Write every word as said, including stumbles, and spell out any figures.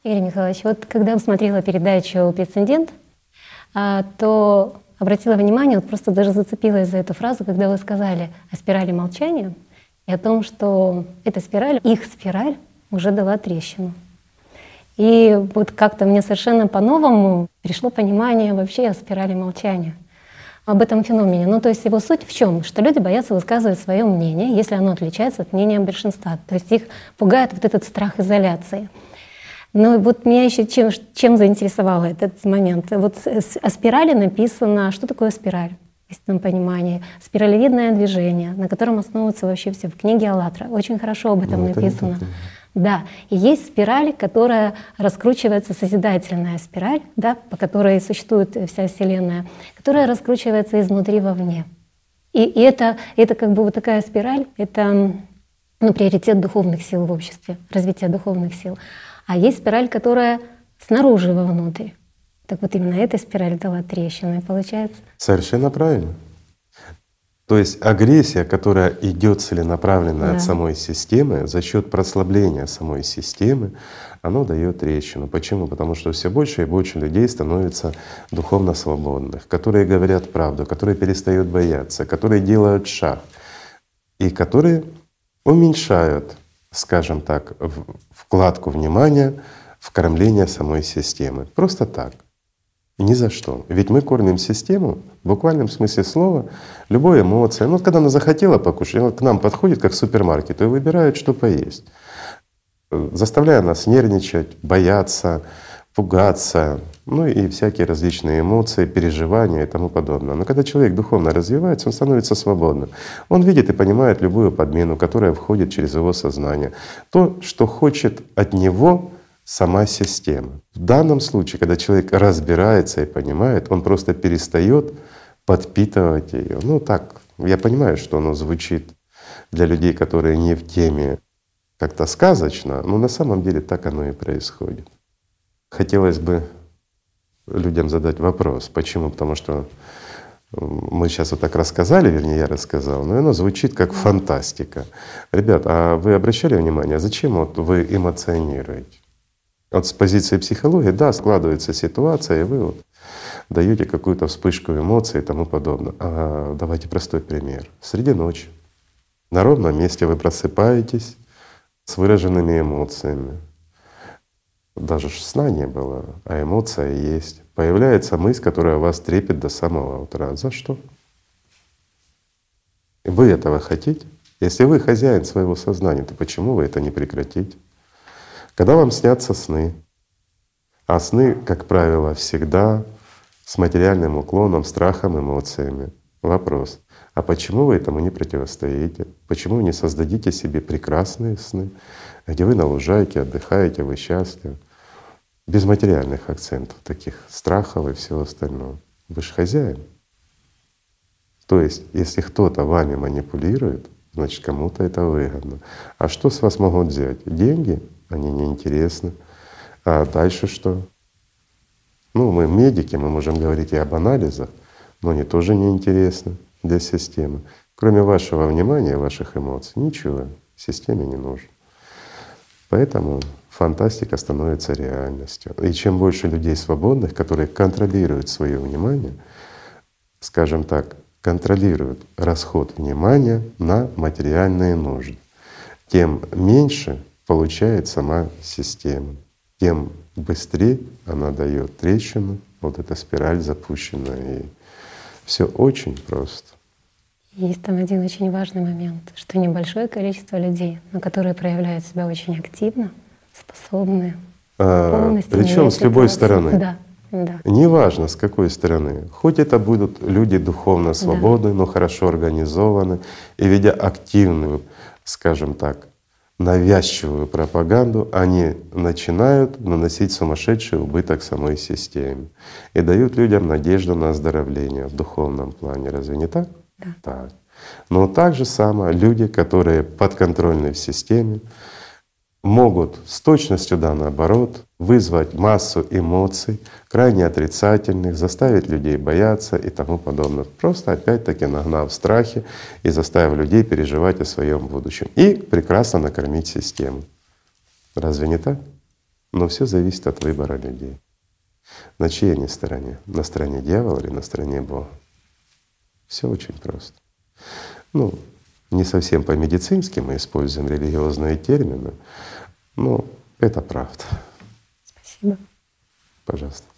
Игорь Михайлович, вот когда я смотрела передачу «Прецедент», то обратила внимание, вот просто даже зацепилась за эту фразу, когда вы сказали о спирали молчания и о том, что эта спираль, их спираль уже дала трещину. И вот как-то мне совершенно по-новому пришло понимание вообще о спирали молчания, об этом феномене. Ну, то есть его суть в чем? Что люди боятся высказывать свое мнение, если оно отличается от мнения большинства. То есть их пугает вот этот страх изоляции. Но вот меня еще чем, чем заинтересовал этот момент. Вот о спирали написано, что такое спираль, в истинном понимании. Спиралевидное движение, на котором основывается вообще все в книге «АЛЛАТРА». Очень хорошо об этом ну, написано. Это да, и есть спираль, которая раскручивается, созидательная спираль, да, по которой существует вся Вселенная, которая раскручивается изнутри вовне. И, и это, это как бы вот такая спираль, это ну, приоритет духовных сил в обществе, развитие духовных сил. А есть спираль, которая снаружи вовнутрь. Так вот именно эта спираль дала трещину, и получается. Совершенно правильно. То есть агрессия, которая идет целенаправленно да. от самой системы, за счет прослабления самой системы, она дает трещину. Почему? Потому что все больше и больше людей становятся духовно свободных, которые говорят правду, которые перестают бояться, которые делают шаг и которые уменьшают, скажем так, вкладку внимания в кормление самой системы. Просто так. И ни за что. Ведь мы кормим систему в буквальном смысле слова, любой эмоция. Ну, вот когда она захотела покушать, она к нам подходит как в супермаркет и выбирает, что поесть, заставляя нас нервничать, бояться, пугаться, ну и всякие различные эмоции, переживания и тому подобное. Но когда человек духовно развивается, он становится свободным. Он видит и понимает любую подмену, которая входит через его сознание. То, что хочет от него сама система. В данном случае, когда человек разбирается и понимает, он просто перестает подпитывать ее. Ну так, я понимаю, что оно звучит для людей, которые не в теме, как-то сказочно, но на самом деле так оно и происходит. Хотелось бы людям задать вопрос. Почему? Потому что мы сейчас вот так рассказали, вернее, я рассказал, но оно звучит как фантастика. Ребят, а вы обращали внимание, зачем вот вы эмоционируете? Вот с позиции психологии, да, складывается ситуация, и вы вот даете какую-то вспышку эмоций и тому подобное. А давайте простой пример. Среди ночи на ровном месте вы просыпаетесь с выраженными эмоциями. Даже сна не было, а эмоция есть. Появляется мысль, которая вас трепет до самого утра. За что? Вы этого хотите? Если вы хозяин своего сознания, то почему вы это не прекратите? Когда вам снятся сны, а сны, как правило, всегда с материальным уклоном, страхом, эмоциями. Вопрос: а почему вы этому не противостоите? Почему вы не создадите себе прекрасные сны, где вы на лужайке отдыхаете, вы счастливы, без материальных акцентов, таких страхов и всего остального? Вы же хозяин. То есть, если кто-то вами манипулирует, значит, кому-то это выгодно. А что с вас могут взять? Деньги? Они неинтересны. А дальше что? Ну, мы медики, мы можем говорить и об анализах, но они тоже неинтересны для системы. Кроме вашего внимания, ваших эмоций, ничего системе не нужно. Поэтому фантастика становится реальностью. И чем больше людей свободных, которые контролируют свое внимание, скажем так, контролируют расход внимания на материальные нужды, тем меньше получает сама система, тем быстрее она дает трещину, вот эта спираль запущена. И все очень просто. Есть там один очень важный момент, что небольшое количество людей, но которые проявляют себя очень активно, способны полностью. А, причем с любой стороны. Да, да. Неважно с какой стороны. Хоть это будут люди духовно свободны, да. но хорошо организованы и ведя активную, скажем так, навязчивую пропаганду, они начинают наносить сумасшедший убыток самой системе и дают людям надежду на оздоровление в духовном плане. Разве не так? Да. Так. Но так же самое люди, которые подконтрольны в системе, могут с точностью да наоборот вызвать массу эмоций, крайне отрицательных, заставить людей бояться и тому подобное. Просто опять-таки нагнав страхи и заставив людей переживать о своем будущем. И прекрасно накормить систему. Разве не так? Но все зависит от выбора людей. На чьей они стороне? На стороне дьявола или на стороне Бога? Все очень просто. Ну, не совсем по-медицински мы используем религиозные термины, но это правда. Спасибо. Пожалуйста.